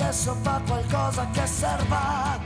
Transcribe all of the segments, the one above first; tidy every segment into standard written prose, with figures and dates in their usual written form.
adesso fa qualcosa che serva,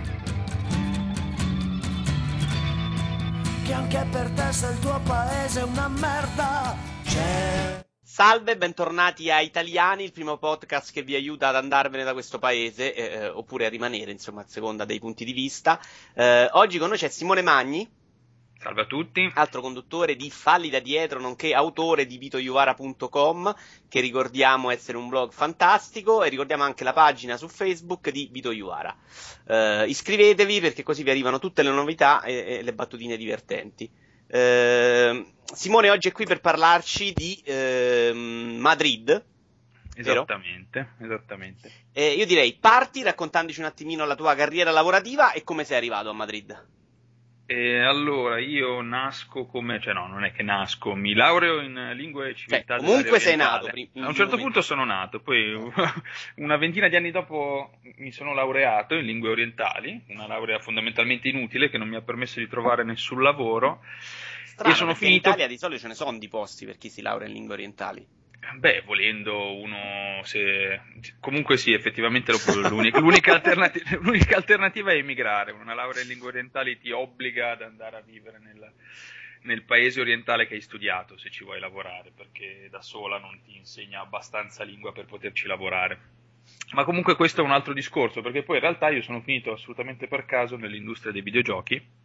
che anche per te se il tuo paese è una merda c'è. Salve, bentornati a Italiani, il primo podcast che vi aiuta ad andarvene da questo paese, oppure a rimanere, insomma, a seconda dei punti di vista. Oggi con noi c'è Simone Magni. Salve a tutti. Altro conduttore di Falli da Dietro, nonché autore di vitoiuvara.com, che ricordiamo essere un blog fantastico, e ricordiamo anche la pagina su Facebook di Vito Iuvara. Iscrivetevi perché così vi arrivano tutte le novità e le battutine divertenti. Simone oggi è qui per parlarci di Madrid. Esattamente. Io direi parti raccontandoci un attimino la tua carriera lavorativa e come sei arrivato a Madrid. Allora, io nasco come, non è che nasco, mi laureo in lingue e civiltà comunque sei nato. A un certo punto sono nato, poi una ventina di anni dopo mi sono laureato in lingue orientali, una laurea fondamentalmente inutile che non mi ha permesso di trovare nessun lavoro. Strano, e sono finito... in Italia di solito ce ne sono di posti per chi si laurea in lingue orientali. Beh, volendo uno, comunque sì, effettivamente l'unica alternativa è emigrare. Una laurea in lingue orientali ti obbliga ad andare a vivere nel paese orientale che hai studiato, se ci vuoi lavorare, perché da sola non ti insegna abbastanza lingua per poterci lavorare. Ma comunque questo è un altro discorso, perché poi in realtà io sono finito assolutamente per caso nell'industria dei videogiochi,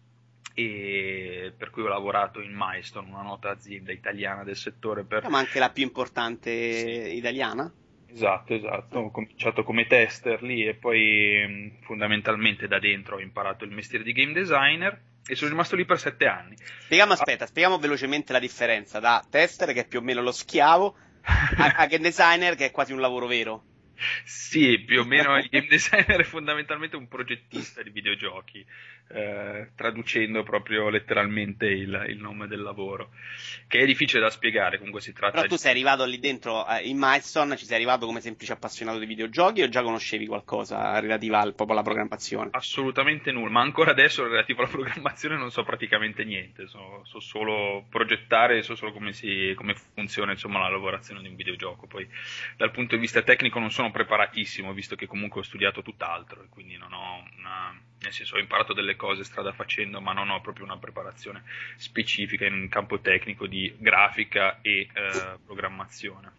e per cui ho lavorato in Milestone, una nota azienda italiana del settore ma anche la più importante italiana? Esatto, ho cominciato come tester lì e poi fondamentalmente da dentro ho imparato il mestiere di game designer e sono rimasto lì per 7 anni. Spieghiamo velocemente la differenza da tester, che è più o meno lo schiavo, a game designer, che è quasi un lavoro vero. Sì, più o meno il game designer è fondamentalmente un progettista di videogiochi, traducendo proprio letteralmente il nome del lavoro, che è difficile da spiegare, comunque si tratta. Però tu sei arrivato lì dentro in Milestone, ci sei arrivato come semplice appassionato di videogiochi o già conoscevi qualcosa relativa proprio alla programmazione? Assolutamente nulla, ma ancora adesso relativo alla programmazione non so praticamente niente, so solo progettare, so solo come funziona insomma la lavorazione di un videogioco, poi dal punto di vista tecnico non sono preparatissimo, visto che comunque ho studiato tutt'altro e quindi non ho nel senso ho imparato delle cose strada facendo, ma non ho proprio una preparazione specifica in campo tecnico di grafica e programmazione.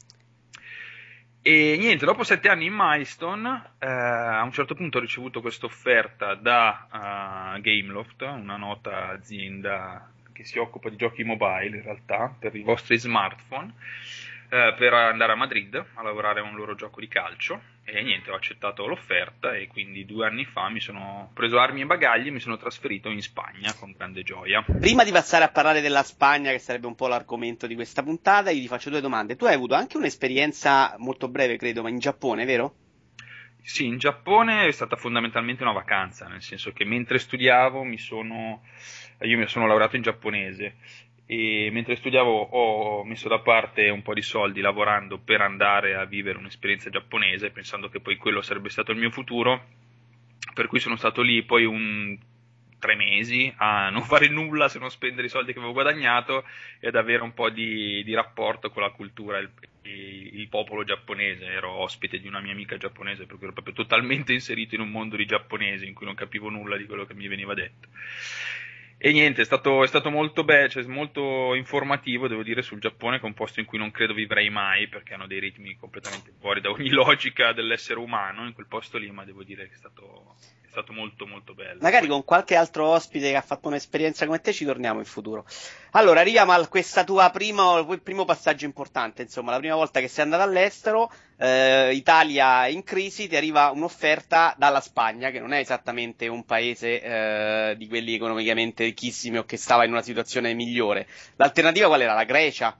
E niente, dopo 7 anni in Milestone, a un certo punto ho ricevuto questa offerta da Gameloft, una nota azienda che si occupa di giochi mobile in realtà, per i vostri smartphone, per andare a Madrid a lavorare a un loro gioco di calcio. E niente, ho accettato l'offerta e quindi 2 anni fa mi sono preso armi e bagagli e mi sono trasferito in Spagna con grande gioia. Prima di passare a parlare della Spagna, che sarebbe un po' l'argomento di questa puntata, io ti faccio 2 domande. Tu hai avuto anche un'esperienza molto breve, credo, ma in Giappone, vero? Sì, in Giappone è stata fondamentalmente una vacanza, nel senso che mentre studiavo io mi sono laureato in giapponese e mentre studiavo ho messo da parte un po' di soldi lavorando per andare a vivere un'esperienza giapponese, pensando che poi quello sarebbe stato il mio futuro, per cui sono stato lì poi 3 mesi a non fare nulla se non spendere i soldi che avevo guadagnato e ad avere un po' di rapporto con la cultura e il popolo giapponese. Ero ospite di una mia amica giapponese, per cui ero proprio totalmente inserito in un mondo di giapponesi in cui non capivo nulla di quello che mi veniva detto. E niente, è stato molto bello, cioè molto informativo, devo dire, sul Giappone, che è un posto in cui non credo vivrei mai, perché hanno dei ritmi completamente fuori da ogni logica dell'essere umano in quel posto lì, ma devo dire che è stato molto molto bello. Magari con qualche altro ospite che ha fatto un'esperienza come te ci torniamo in futuro. Allora, arriviamo a questa tua primo passaggio importante, insomma, la prima volta che sei andato all'estero, Italia in crisi, ti arriva un'offerta dalla Spagna, che non è esattamente un paese di quelli economicamente ricchissimi o che stava in una situazione migliore. L'alternativa qual era? La Grecia?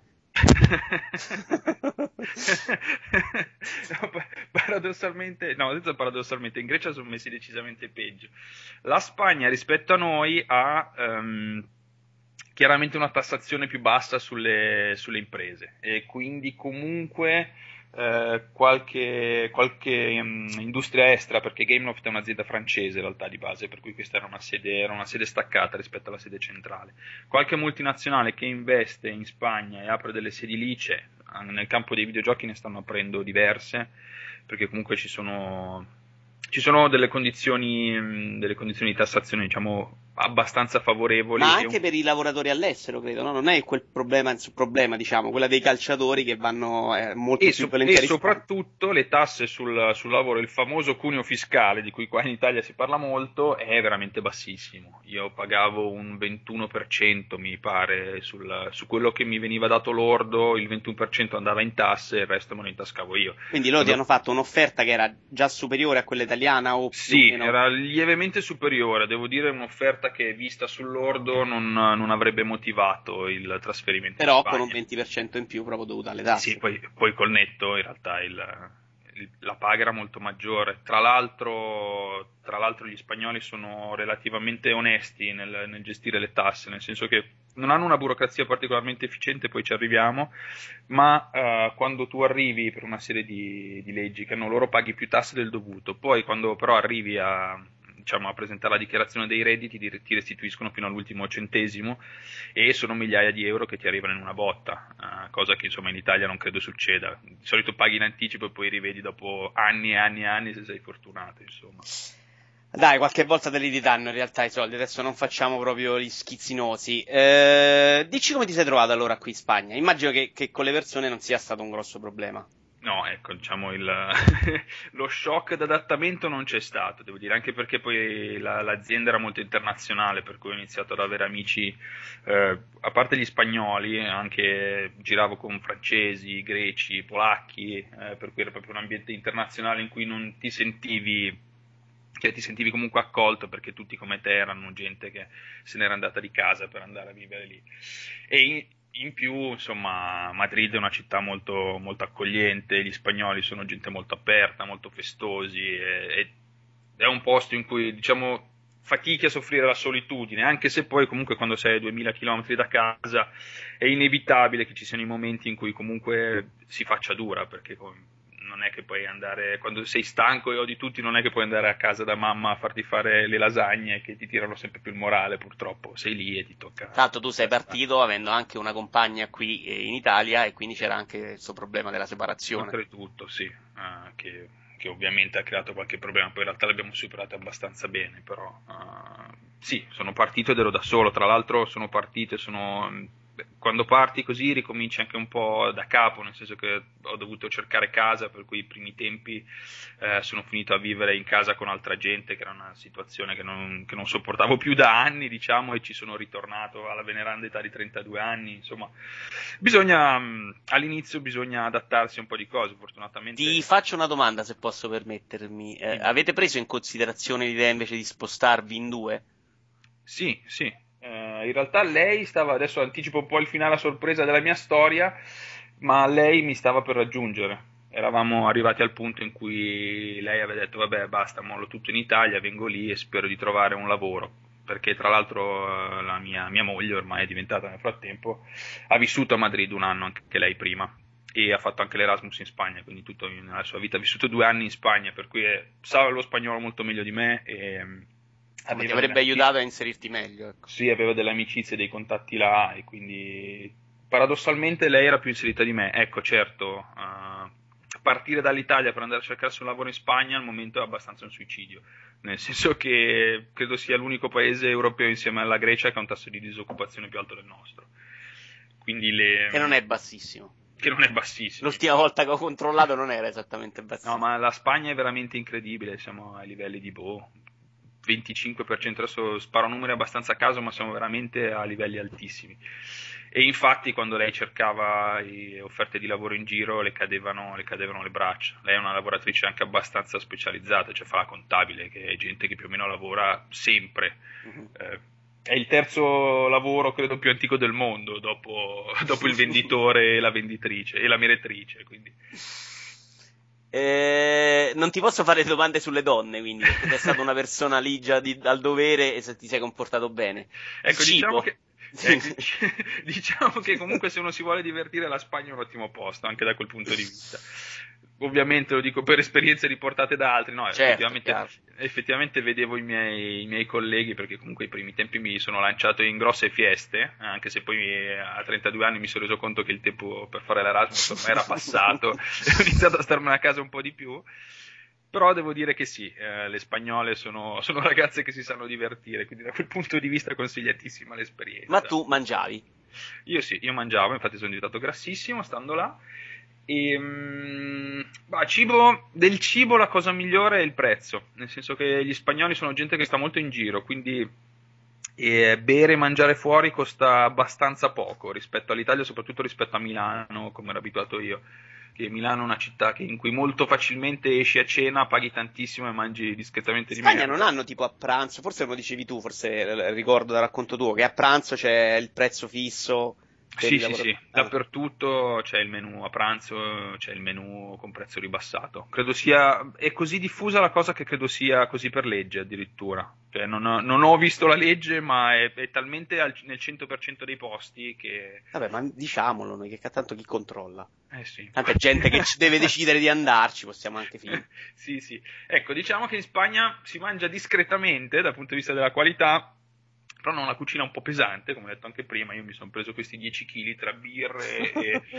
Paradossalmente, in Grecia sono messi decisamente peggio. La Spagna rispetto a noi ha chiaramente una tassazione più bassa sulle imprese e quindi comunque qualche industria estera, perché Gameloft è un'azienda francese in realtà di base, per cui questa era una sede staccata rispetto alla sede centrale. Qualche multinazionale che investe in Spagna e apre delle sedi lì c'è. Nel campo dei videogiochi ne stanno aprendo diverse, perché comunque ci sono delle condizioni di tassazione, diciamo, abbastanza favorevoli. Ma anche per i lavoratori all'estero, credo, no? Non è quel problema, diciamo, quella dei calciatori che vanno molto più volentieri. E soprattutto le tasse sul lavoro, il famoso cuneo fiscale di cui qua in Italia si parla molto, è veramente bassissimo. Io pagavo un 21%, mi pare, su quello che mi veniva dato lordo, il 21% andava in tasse e il resto me lo intascavo io. Quindi loro ti hanno fatto un'offerta che era già superiore a quella italiana o più sì, o meno? Era lievemente superiore, devo dire un'offerta che vista sull'ordo non avrebbe motivato il trasferimento però in Spagna. Con un 20% in più proprio dovuto alle tasse. Sì, poi col netto in realtà la paga era molto maggiore. Tra l'altro gli spagnoli sono relativamente onesti nel gestire le tasse, nel senso che non hanno una burocrazia particolarmente efficiente, poi ci arriviamo, ma quando tu arrivi per una serie di leggi che hanno loro, paghi più tasse del dovuto. Poi quando però arrivi a presentare la dichiarazione dei redditi, ti restituiscono fino all'ultimo centesimo e sono migliaia di euro che ti arrivano in una botta, cosa che insomma in Italia non credo succeda. Di solito paghi in anticipo e poi rivedi dopo anni e anni e anni se sei fortunato, insomma. Dai, qualche volta te li ridanno in realtà i soldi, adesso non facciamo proprio gli schizzinosi. Dici come ti sei trovato allora qui in Spagna? Immagino che con le persone non sia stato un grosso problema. No, ecco, diciamo lo shock d'adattamento non c'è stato, devo dire, anche perché poi l'azienda era molto internazionale, per cui ho iniziato ad avere amici, a parte gli spagnoli, anche giravo con francesi, greci, polacchi, per cui era proprio un ambiente internazionale in cui non ti sentivi comunque accolto, perché tutti come te erano gente che se n'era andata di casa per andare a vivere lì. E in più, insomma, Madrid è una città molto, molto accogliente, gli spagnoli sono gente molto aperta, molto festosi, è un posto in cui, diciamo, fatichi a soffrire la solitudine, anche se poi comunque quando sei a 2000 km da casa è inevitabile che ci siano i momenti in cui comunque si faccia dura, perché non è che puoi andare, quando sei stanco e odi tutti, non è che puoi andare a casa da mamma a farti fare le lasagne che ti tirano sempre più il morale, purtroppo sei lì e ti tocca. Tra l'altro tu sei partito avendo anche una compagna qui in Italia e quindi c'era anche questo problema della separazione. Oltretutto sì, che ovviamente ha creato qualche problema, poi in realtà l'abbiamo superato abbastanza bene, però sì, sono partito ed ero da solo. Tra l'altro quando parti così ricominci anche un po' da capo, nel senso che ho dovuto cercare casa, per cui i primi tempi sono finito a vivere in casa con altra gente, che era una situazione che non sopportavo più da anni, diciamo, e ci sono ritornato alla veneranda età di 32 anni, insomma, all'inizio bisogna adattarsi a un po' di cose, fortunatamente. Ti faccio una domanda, se posso permettermi, avete preso in considerazione l'idea invece di spostarvi in due? Sì. In realtà lei stava, adesso anticipo un po' il finale a sorpresa della mia storia, ma lei mi stava per raggiungere. Eravamo arrivati al punto in cui lei aveva detto vabbè basta, mollo tutto in Italia, vengo lì e spero di trovare un lavoro, perché tra l'altro la mia moglie ormai è diventata nel frattempo, ha vissuto a Madrid un anno anche lei prima e ha fatto anche l'Erasmus in Spagna, quindi tutto nella sua vita ha vissuto 2 anni in Spagna, per cui sa lo spagnolo molto meglio di me e ti avrebbe aiutato a inserirti meglio, ecco. Sì, aveva delle amicizie, dei contatti là e quindi paradossalmente lei era più inserita di me. Ecco, certo, partire dall'Italia per andare a cercarsi un lavoro in Spagna al momento è abbastanza un suicidio, nel senso che credo sia l'unico paese europeo insieme alla Grecia che ha un tasso di disoccupazione più alto del nostro. Quindi che non è bassissimo. L'ultima volta che ho controllato non era esattamente bassissimo. No, ma la Spagna è veramente incredibile, siamo ai livelli di 25%, adesso sparo numeri abbastanza a caso, ma siamo veramente a livelli altissimi. E infatti quando lei cercava offerte di lavoro in giro le cadevano le braccia. Lei è una lavoratrice anche abbastanza specializzata, cioè fa la contabile, che è gente che più o meno lavora sempre. È il terzo lavoro credo più antico del mondo dopo il venditore e la venditrice e la meretrice, quindi. Non ti posso fare domande sulle donne, quindi, perché sei stata una persona lì già dal dovere e se ti sei comportato bene. Ecco, diciamo che comunque se uno si vuole divertire la Spagna è un ottimo posto, anche da quel punto di vista. ovviamente lo dico per esperienze riportate da altri, no, Certo, effettivamente vedevo i miei colleghi, perché comunque i primi tempi mi sono lanciato in grosse fieste, anche se poi a 32 anni mi sono reso conto che il tempo per fare l'Erasmus ormai era passato, e ho iniziato a starmene a casa un po' di più. Però devo dire che sì, le spagnole sono ragazze che si sanno divertire, quindi da quel punto di vista consigliatissima l'esperienza. Ma tu mangiavi? Io sì, io mangiavo, infatti sono diventato grassissimo stando là. E, del cibo la cosa migliore è il prezzo, nel senso che gli spagnoli sono gente che sta molto in giro, quindi bere e mangiare fuori costa abbastanza poco rispetto all'Italia, soprattutto rispetto a Milano, come ero abituato io. Che Milano è una città in cui molto facilmente esci a cena, paghi tantissimo e mangi discretamente di meno. In Spagna non hanno tipo a pranzo, forse lo dicevi tu, forse ricordo da racconto tuo, che a pranzo c'è il prezzo fisso. Sì, dappertutto c'è il menù a pranzo, c'è il menù con prezzo ribassato. È così diffusa la cosa che credo sia così per legge addirittura. Cioè, non ho visto la legge, ma è talmente nel 100% dei posti che... Vabbè, ma diciamolo noi, che tanto chi controlla? Sì. Tanta gente che deve decidere di andarci, possiamo anche finire. Sì. Ecco, diciamo che in Spagna si mangia discretamente dal punto di vista della qualità, però non una cucina un po' pesante, come ho detto anche prima. Io mi sono preso questi 10 kg tra birre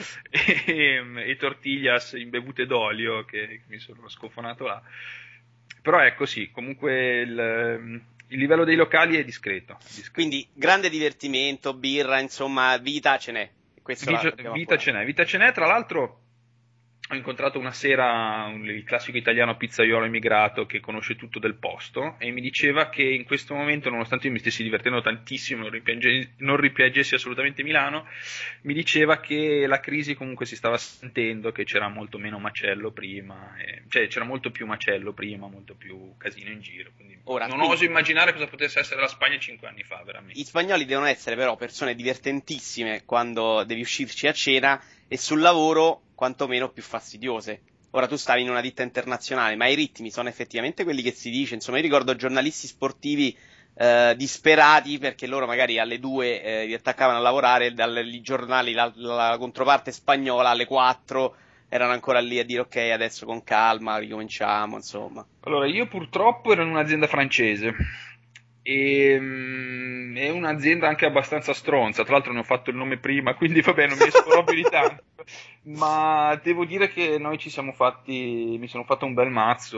e tortillas imbevute d'olio che mi sono scofonato là. Però ecco, sì, comunque il livello dei locali è discreto. Quindi grande divertimento, birra, insomma, vita ce n'è. Vita ce n'è, tra l'altro ho incontrato una sera il classico italiano pizzaiolo immigrato che conosce tutto del posto e mi diceva che in questo momento, nonostante io mi stessi divertendo tantissimo, non ripiangessi assolutamente Milano, mi diceva che la crisi comunque si stava sentendo, che c'era molto meno macello prima, cioè c'era molto più macello prima, molto più casino in giro, quindi oso immaginare cosa potesse essere la Spagna 5 anni fa, veramente. Gli spagnoli devono essere però persone divertentissime quando devi uscirci a cena, e sul lavoro quantomeno più fastidiose. Ora tu stavi in una ditta internazionale, ma i ritmi sono effettivamente quelli che si dice. Insomma, io ricordo giornalisti sportivi disperati perché loro magari alle 2 li attaccavano a lavorare, dai giornali la controparte spagnola alle 4 erano ancora lì a dire ok, adesso con calma ricominciamo, insomma. Allora, io purtroppo ero in un'azienda francese e è un'azienda anche abbastanza stronza, tra l'altro ne ho fatto il nome prima, quindi vabbè, non mi esporrò più di tanto, ma devo dire che mi sono fatto un bel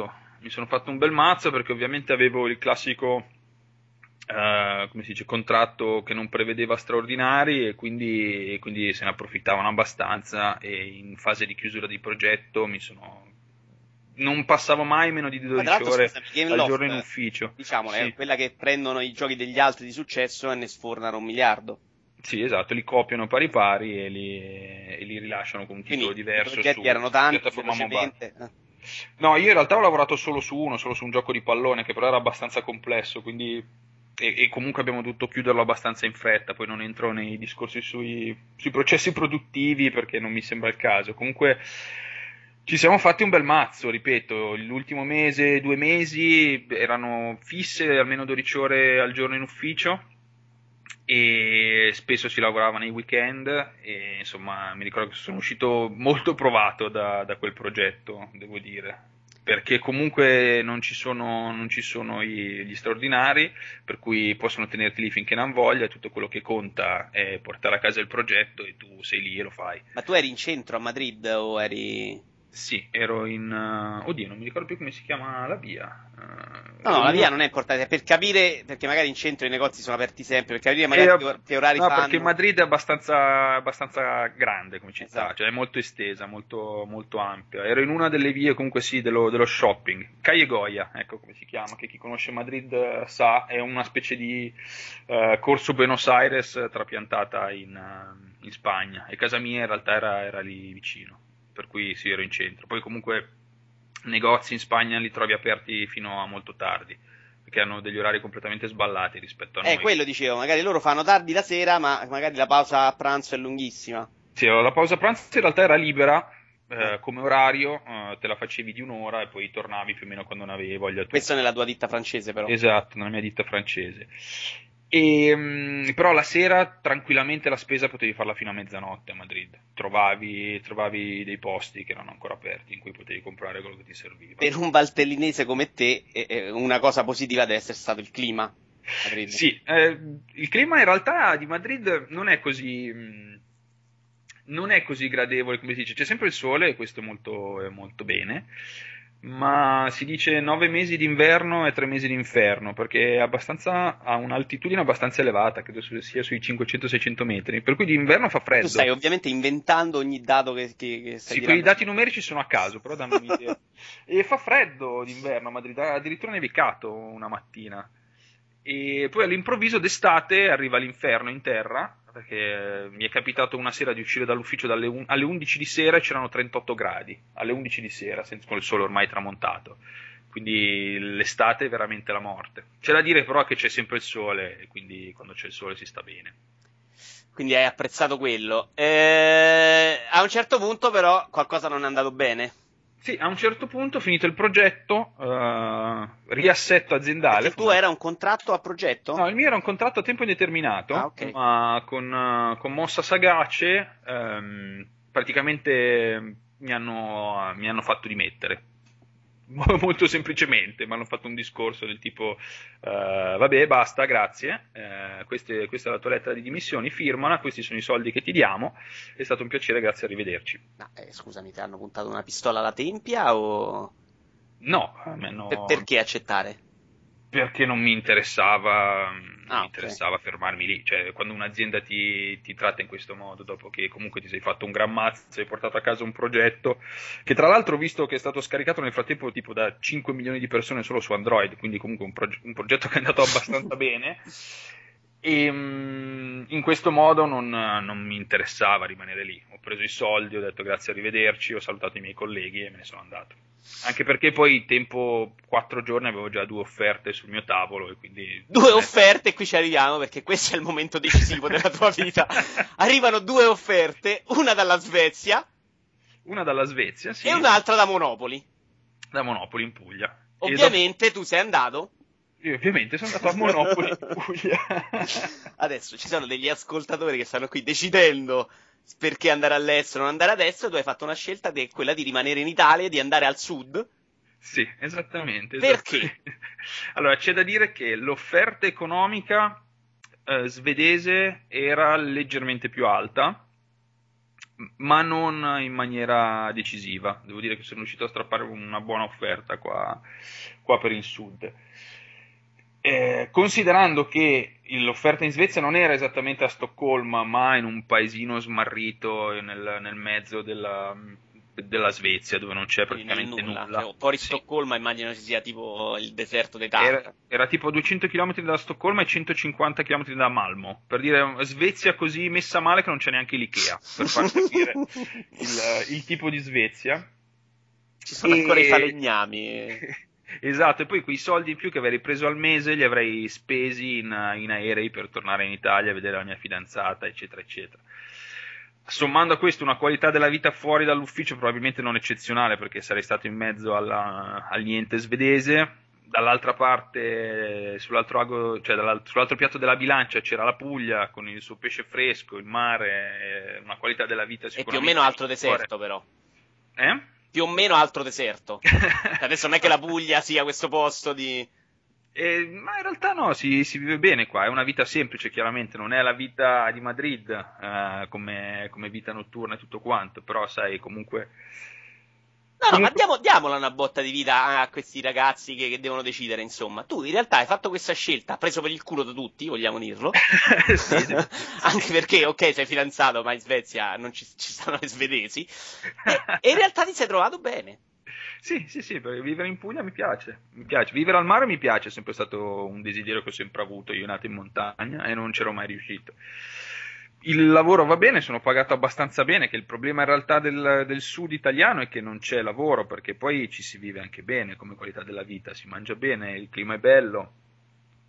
mazzo perché ovviamente avevo il classico come si dice, contratto che non prevedeva straordinari e quindi se ne approfittavano abbastanza, e in fase di chiusura di progetto non passavo mai meno di 12 ore al giorno in ufficio. Diciamo, sì. È quella che prendono i giochi degli altri di successo e ne sfornano 1 miliardo. Sì, esatto, li copiano pari pari e li rilasciano con un titolo diverso. I progetti erano tanti, No, io in realtà ho lavorato solo su un gioco di pallone che però era abbastanza complesso, quindi e comunque abbiamo dovuto chiuderlo abbastanza in fretta. Poi non entro nei discorsi sui processi produttivi perché non mi sembra il caso. Comunque ci siamo fatti un bel mazzo, ripeto, l'ultimo mese, 2 mesi erano fisse almeno 12 ore al giorno in ufficio e spesso si lavorava nei weekend e insomma mi ricordo che sono uscito molto provato da quel progetto, devo dire, perché comunque non ci sono gli straordinari, per cui possono tenerti lì finché non voglia, tutto quello che conta è portare a casa il progetto e tu sei lì e lo fai. Ma tu eri in centro a Madrid o eri... Sì, ero in... oddio, non mi ricordo più come si chiama la via. No, la via non è importante, per capire, perché magari in centro i negozi sono aperti sempre, per capire magari che orari fanno. No, perché Madrid è abbastanza grande come città, esatto. Cioè è molto estesa, molto, molto ampia. Ero in una delle vie comunque sì dello shopping, Calle Goya, ecco come si chiama, che chi conosce Madrid sa, è una specie di corso Buenos Aires trapiantata in Spagna, e casa mia in realtà era lì vicino. Per cui sì, ero in centro. Poi comunque negozi in Spagna li trovi aperti fino a molto tardi, perché hanno degli orari completamente sballati rispetto a noi. Quello dicevo, magari loro fanno tardi la sera, ma magari la pausa a pranzo è lunghissima. Sì, la pausa a pranzo in realtà era libera, come orario, te la facevi di 1 ora e poi tornavi più o meno quando ne avevi voglia tu. Questo nella tua ditta francese però. Esatto, nella mia ditta francese. Però la sera tranquillamente la spesa potevi farla fino a mezzanotte a Madrid. Trovavi dei posti che erano ancora aperti in cui potevi comprare quello che ti serviva. Per un valtellinese come te, una cosa positiva deve essere stato il clima a Madrid. Sì, il clima in realtà di Madrid non è così gradevole come si dice. C'è sempre il sole e questo è molto bene, ma si dice 9 mesi d'inverno e 3 mesi d'inferno, perché ha un'altitudine abbastanza elevata, credo sia sui 500-600 metri, per cui d'inverno fa freddo. Tu stai ovviamente inventando ogni dato che stai sì, quei dati numerici sono a caso, però danno un'idea. E fa freddo d'inverno a Madrid, ha addirittura nevicato una mattina. E poi all'improvviso d'estate arriva l'inferno in terra, perché mi è capitato una sera di uscire dall'ufficio alle 11 di sera e c'erano 38 gradi, alle 11 di sera, con il sole ormai tramontato. Quindi l'estate è veramente la morte. C'è da dire però che c'è sempre il sole, e quindi quando c'è il sole si sta bene. Quindi hai apprezzato quello. A un certo punto però qualcosa non è andato bene. Sì, a un certo punto, finito il progetto, riassetto aziendale. Perché tu era un contratto a progetto? No, il mio era un contratto a tempo indeterminato, okay. Ma con mossa sagace praticamente mi hanno fatto dimettere. Molto semplicemente, mi hanno fatto un discorso del tipo vabbè, basta, grazie, questa è la tua lettera di dimissioni, firmala, questi sono i soldi che ti diamo, è stato un piacere, grazie, arrivederci. No, scusami, ti hanno puntato una pistola alla tempia o... No, perché accettare? Perché non mi interessava, Okay. fermarmi lì. Cioè, quando un'azienda ti tratta in questo modo, dopo che comunque ti sei fatto un gran mazzo, hai portato a casa un progetto, che tra l'altro ho visto che è stato scaricato nel frattempo tipo da 5 milioni di persone solo su Android, quindi comunque un progetto che è andato abbastanza bene, e in questo modo non mi interessava rimanere lì. Ho preso i soldi, ho detto grazie, arrivederci, ho salutato i miei colleghi e me ne sono andato. Anche perché poi tempo 4 giorni avevo già 2 offerte sul mio tavolo e quindi... 2 offerte, e qui ci arriviamo perché questo è il momento decisivo della tua vita. Arrivano 2 offerte, una dalla Svezia. Una dalla Svezia, sì. E un'altra da Monopoli. Da Monopoli in Puglia. Ovviamente tu sei andato. Io ovviamente sono andato a Monopoli in Puglia. Adesso ci sono degli ascoltatori che stanno qui decidendo perché andare all'estero o non andare all'estero. Tu hai fatto una scelta che è quella di rimanere in Italia e di andare al sud. Sì, esattamente. Perché? Allora, c'è da dire che l'offerta economica svedese era leggermente più alta, ma non in maniera decisiva. Devo dire che sono riuscito a strappare una buona offerta qua per il sud. Considerando che l'offerta in Svezia non era esattamente a Stoccolma, ma in un paesino smarrito nel mezzo della Svezia, dove non c'è praticamente nulla. Cioè, fuori Stoccolma immagino ci sia tipo il deserto dei Tatra. Era tipo 200 km da Stoccolma e 150 km da Malmo, per dire Svezia così messa male che non c'è neanche l'Ikea, per far capire il tipo di Svezia. Ci sono ancora i falegnami. Esatto, e poi quei soldi in più che avrei preso al mese li avrei spesi in aerei per tornare in Italia a vedere la mia fidanzata, eccetera, eccetera. Sommando a questo una qualità della vita fuori dall'ufficio probabilmente non eccezionale, perché sarei stato in mezzo al niente svedese. Dall'altra parte, sull'altro piatto della bilancia c'era la Puglia con il suo pesce fresco, il mare, una qualità della vita sicuramente. E più o meno altro deserto però. Più o meno altro deserto. Adesso non è che la Puglia sia questo posto di... Ma in realtà no, si vive bene qua, è una vita semplice chiaramente, non è la vita di Madrid come vita notturna e tutto quanto, però sai comunque... No, ma diamola una botta di vita a questi ragazzi che devono decidere, insomma. Tu in realtà hai fatto questa scelta, preso per il culo da tutti, vogliamo dirlo. Sì. Anche perché, ok, sei fidanzato, ma in Svezia non ci stanno le svedesi. E in realtà ti sei trovato bene. Sì, perché vivere in Puglia mi piace. Vivere al mare mi piace, è sempre stato un desiderio che ho sempre avuto, io nato in montagna e non c'ero mai riuscito. Il lavoro va bene, sono pagato abbastanza bene, che il problema in realtà del sud italiano è che non c'è lavoro, perché poi ci si vive anche bene come qualità della vita, si mangia bene, il clima è bello,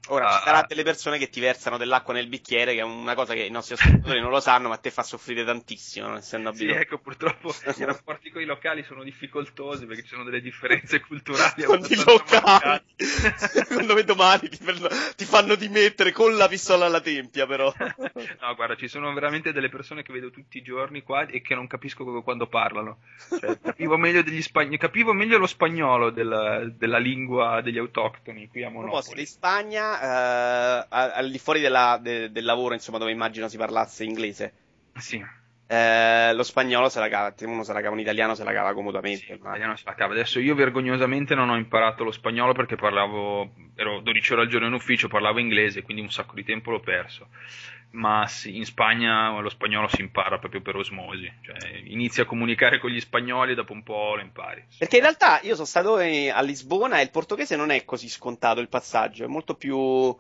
Ora ci saranno delle persone che ti versano dell'acqua nel bicchiere, che è una cosa che i nostri ascoltatori non lo sanno, ma a te fa soffrire tantissimo, non essendo Sì, abituato. ecco, purtroppo i rapporti con i locali sono difficoltosi perché ci sono delle differenze culturali Con i abbastanza locali, marcate. secondo me domani ti fanno dimettere con la pistola alla tempia, però. No, guarda, ci sono veramente delle persone che vedo tutti i giorni qua e che non capisco quando parlano. Cioè, capivo meglio lo spagnolo della lingua degli autoctoni qui a A proposito, Monopoli. in Spagna, al di fuori del lavoro, insomma, dove immagino si parlasse inglese, Sì. lo spagnolo se la cava, uno se la cava, un italiano se la cava comodamente. Sì, Ma... l'italiano se la cava. Adesso io vergognosamente non ho imparato lo spagnolo perché ero 12 ore al giorno in ufficio, parlavo inglese, quindi un sacco di tempo l'ho perso. Ma sì, in Spagna lo spagnolo si impara proprio per osmosi, cioè inizi a comunicare con gli spagnoli e dopo un po' lo impari. Perché in realtà io sono stato a Lisbona e il portoghese non è così scontato il passaggio, è molto più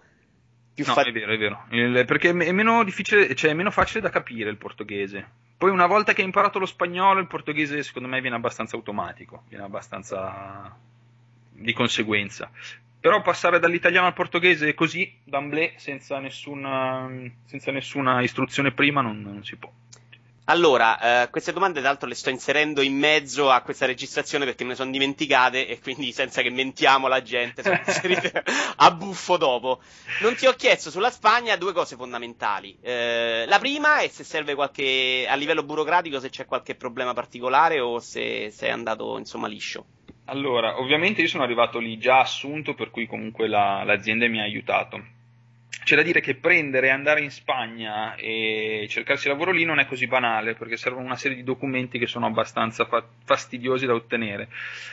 No, è vero, perché è meno difficile, cioè è meno facile da capire il portoghese. Poi una volta che hai imparato lo spagnolo, il portoghese secondo me viene abbastanza automatico, viene abbastanza di conseguenza. Però passare dall'italiano al portoghese così, d'emblée, senza nessuna istruzione prima, non si può. Allora, queste domande tra l'altro le sto inserendo in mezzo a questa registrazione perché me ne sono dimenticate e quindi senza che mentiamo la gente sono inserite a buffo dopo. Non ti ho chiesto sulla Spagna due cose fondamentali. La prima è se serve a livello burocratico, se c'è qualche problema particolare o se sei andato insomma liscio. Allora, ovviamente io sono arrivato lì già assunto, per cui comunque l'azienda mi ha aiutato. C'è da dire che prendere e andare in Spagna e cercarsi lavoro lì non è così banale, perché servono una serie di documenti che sono abbastanza fastidiosi da ottenere.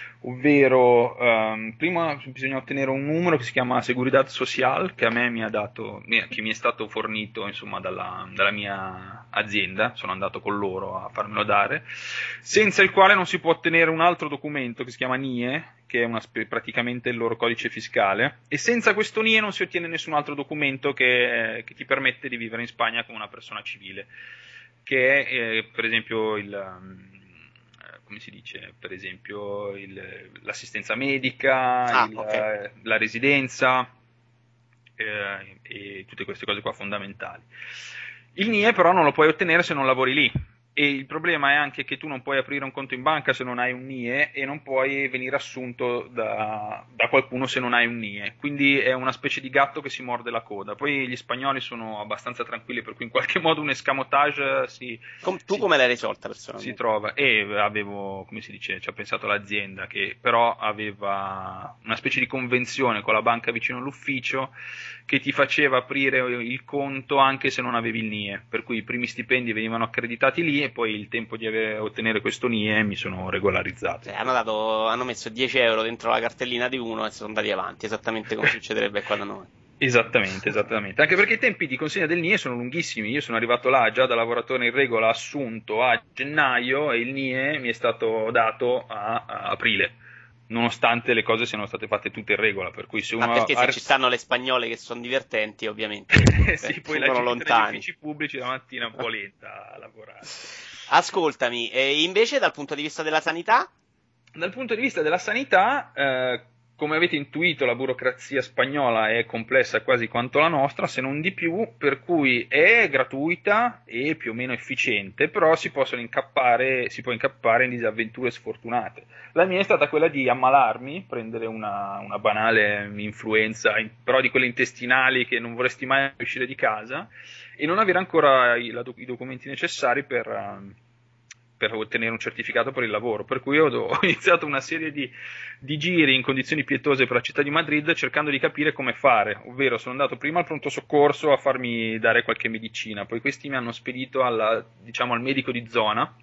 Ovvero, prima bisogna ottenere un numero che si chiama Seguridad Social, che a me che mi è stato fornito insomma dalla mia azienda, sono andato con loro a farmelo dare, senza il quale non si può ottenere un altro documento che si chiama NIE, che è praticamente il loro codice fiscale, e senza questo NIE non si ottiene nessun altro documento che ti permette di vivere in Spagna come una persona civile, che è per esempio come si dice, per esempio l'assistenza medica, Okay. la residenza e tutte queste cose qua fondamentali. Il NIE però non lo puoi ottenere se non lavori lì. E il problema è anche che tu non puoi aprire un conto in banca se non hai un NIE e non puoi venire assunto da qualcuno se non hai un NIE, quindi è una specie di gatto che si morde la coda. Poi gli spagnoli sono abbastanza tranquilli, per cui in qualche modo un escamotage Tu come l'hai risolta personalmente? si trova. E avevo, come si dice, ci ha pensato l'azienda che però aveva una specie di convenzione con la banca vicino all'ufficio che ti faceva aprire il conto anche se non avevi il NIE, per cui i primi stipendi venivano accreditati lì e poi il tempo di ottenere questo NIE mi sono regolarizzato. Hanno messo 10 euro dentro la cartellina di uno e sono andati avanti, esattamente come succederebbe qua da noi. Esattamente, anche perché i tempi di consegna del NIE sono lunghissimi. Io sono arrivato là già da lavoratore in regola assunto a gennaio e il NIE mi è stato dato a aprile, nonostante le cose siano state fatte tutte in regola, per cui se uno perché se ci stanno le spagnole che sono divertenti, ovviamente sì, poi la sono gente lontani. negli uffici pubblici la mattina è un po' lenta a lavorare. Ascoltami, e invece dal punto di vista della sanità? Dal punto di vista della sanità, come avete intuito, la burocrazia spagnola è complessa quasi quanto la nostra, se non di più, per cui è gratuita e più o meno efficiente, però si può incappare in disavventure sfortunate. La mia è stata quella di ammalarmi, prendere una banale influenza, però di quelle intestinali che non vorresti mai uscire di casa, e non avere ancora i documenti necessari per ottenere un certificato per il lavoro, per cui ho iniziato una serie di giri in condizioni pietose per la città di Madrid cercando di capire come fare, ovvero sono andato prima al pronto soccorso a farmi dare qualche medicina, poi questi mi hanno spedito al medico di zona.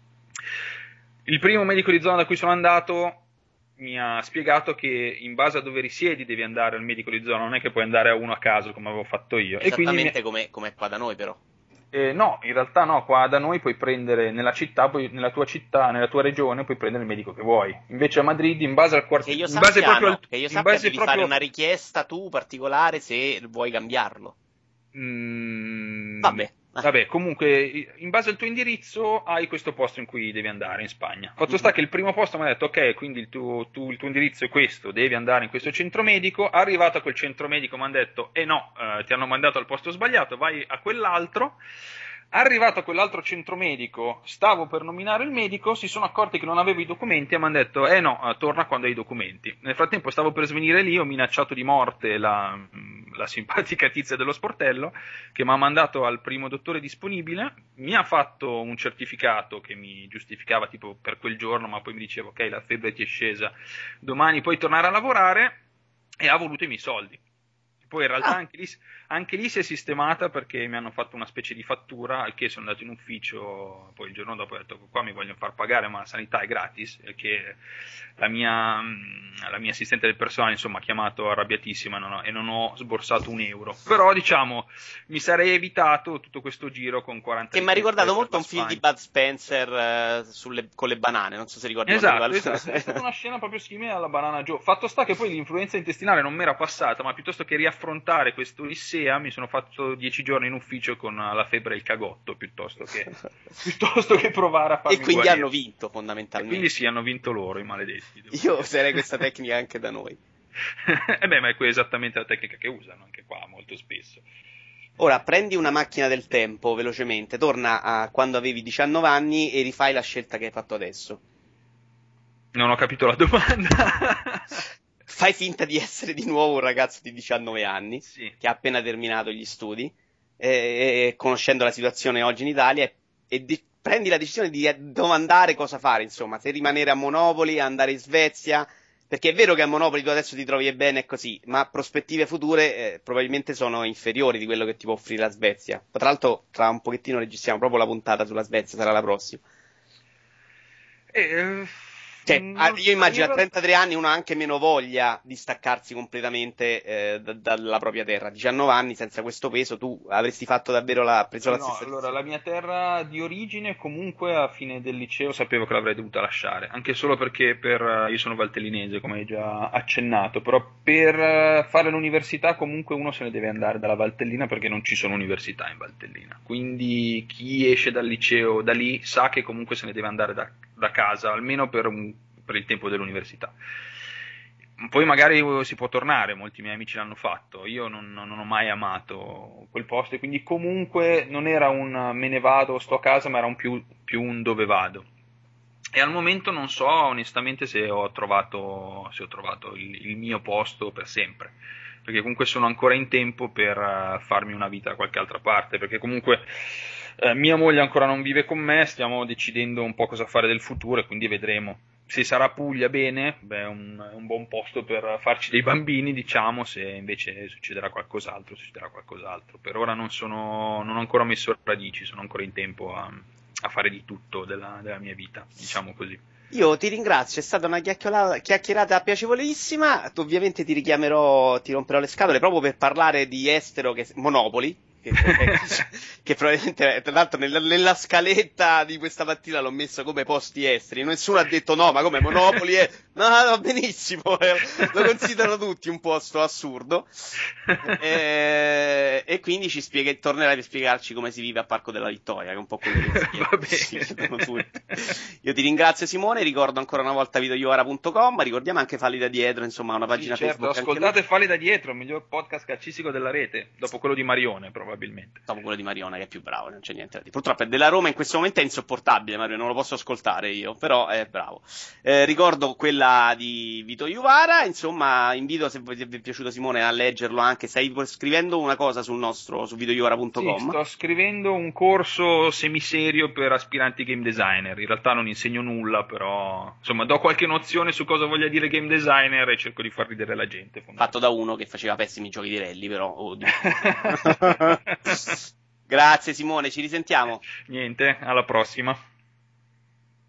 Il primo medico di zona da cui sono andato mi ha spiegato che in base a dove risiedi devi andare al medico di zona, non è che puoi andare a uno a caso come avevo fatto io. Esattamente come qua da noi però. No, in realtà no, qua da noi puoi prendere nella città, nella tua città, nella tua regione puoi prendere il medico che vuoi. Invece a Madrid, in base al quartiere, che io sappia devi fare una richiesta tu particolare se vuoi cambiarlo. Vabbè. Vabbè, comunque, in base al tuo indirizzo hai questo posto in cui devi andare in Spagna. Fatto sta che il primo posto mi ha detto, ok, quindi il tuo indirizzo è questo, devi andare in questo centro medico. Arrivato a quel centro medico mi hanno detto, no, ti hanno mandato al posto sbagliato, vai a quell'altro. Arrivato a quell'altro centro medico, stavo per nominare il medico, si sono accorti che non avevo i documenti e mi hanno detto, no, torna quando hai i documenti. Nel frattempo stavo per svenire lì, ho minacciato di morte la simpatica tizia dello sportello, che mi ha mandato al primo dottore disponibile, mi ha fatto un certificato che mi giustificava tipo per quel giorno, ma poi mi diceva, ok, la febbre ti è scesa, domani puoi tornare a lavorare, e ha voluto i miei soldi. Poi in realtà anche lì si è sistemata, perché mi hanno fatto una specie di fattura, al che sono andato in ufficio, poi il giorno dopo ho detto, qua mi vogliono far pagare, ma la sanità è gratis, e che la mia assistente del personale, insomma, ha chiamato arrabbiatissima, e non ho sborsato un euro. Però, diciamo, mi sarei evitato tutto questo giro con 40 Che mi ha ricordato molto un film di Bud Spencer con le banane, non so se ricordi. Esatto, è stata una scena proprio simile alla Banana Joe. Fatto sta che poi l'influenza intestinale non mi era passata, ma piuttosto che riaffrontare questo Odissea mi sono fatto 10 giorni in ufficio con la febbre e il cagotto, piuttosto che provare a farmi E quindi guarire. Hanno vinto fondamentalmente. E quindi sì, hanno vinto loro, i maledetti. Io userei questa tecnica anche da noi. Ma è esattamente la tecnica che usano anche qua molto spesso. Ora prendi una macchina del tempo velocemente, torna a quando avevi 19 anni e rifai la scelta che hai fatto adesso. Non ho capito la domanda. Fai finta di essere di nuovo un ragazzo di 19 anni, sì, che ha appena terminato gli studi, conoscendo la situazione oggi in Italia, prendi la decisione di domandare cosa fare, insomma, se rimanere a Monopoli, andare in Svezia, perché è vero che a Monopoli tu adesso ti trovi bene e così, ma prospettive future probabilmente sono inferiori di quello che ti può offrire la Svezia. Tra l'altro tra un pochettino registriamo proprio la puntata sulla Svezia, sarà la prossima. Io immagino a 33 anni uno ha anche meno voglia di staccarsi completamente dalla propria terra. 19 anni senza questo peso, tu avresti fatto davvero preso la stessa allora, decisione. la mia terra di origine comunque a fine del liceo sapevo che l'avrei dovuta lasciare, anche solo perché io sono valtellinese, come hai già accennato, però per fare l'università comunque uno se ne deve andare dalla Valtellina, perché non ci sono università in Valtellina, quindi chi esce dal liceo da lì sa che comunque se ne deve andare da casa, almeno per il tempo dell'università. Poi magari si può tornare, molti miei amici l'hanno fatto, io non ho mai amato quel posto, e quindi comunque non era un me ne vado, sto a casa, ma era più un dove vado. E al momento non so onestamente se ho trovato il mio posto per sempre, perché comunque sono ancora in tempo per farmi una vita da qualche altra parte, perché comunque mia moglie ancora non vive con me, stiamo decidendo un po' cosa fare del futuro, e quindi vedremo. Se sarà Puglia, bene, è un buon posto per farci dei bambini, diciamo. Se invece succederà qualcos'altro. Per ora non ho ancora messo radici, sono ancora in tempo a fare di tutto della mia vita, diciamo così. Io ti ringrazio, è stata una chiacchierata piacevolissima. Ovviamente ti richiamerò, ti romperò le scatole proprio per parlare di estero, Monopoli. Che probabilmente, tra l'altro, nella scaletta di questa mattina l'ho messo come posti esteri. Nessuno ha detto no, ma come Monopoli è. No, va benissimo, lo considerano tutti un posto assurdo. E quindi tornerai per spiegarci come si vive a Parco della Vittoria, che è un po' quello che si chiedono tutti. Io ti ringrazio, Simone, ricordo ancora una volta videoiovara.com, ricordiamo anche Falli da Dietro, insomma, una pagina Facebook. Ascoltate Falli da Dietro, il miglior podcast calcistico della rete, dopo quello di Marione, probabilmente. Dopo quello di Marione, che è più bravo, non c'è niente da dire. Purtroppo è della Roma, in questo momento è insopportabile, Marione, non lo posso ascoltare io, però è bravo. Ricordo quella di Vito Iuvara, insomma, invito, se vi è piaciuto, Simone, a leggerlo anche. Stai scrivendo una cosa su videoiovara.com? Sì, sto scrivendo un corso semiserio per aspiranti game designer. In realtà non insegno nulla, però insomma do qualche nozione su cosa voglia dire game designer e cerco di far ridere la gente. Fatto da uno che faceva pessimi giochi di rally, però. Grazie Simone, ci risentiamo. Niente, alla prossima.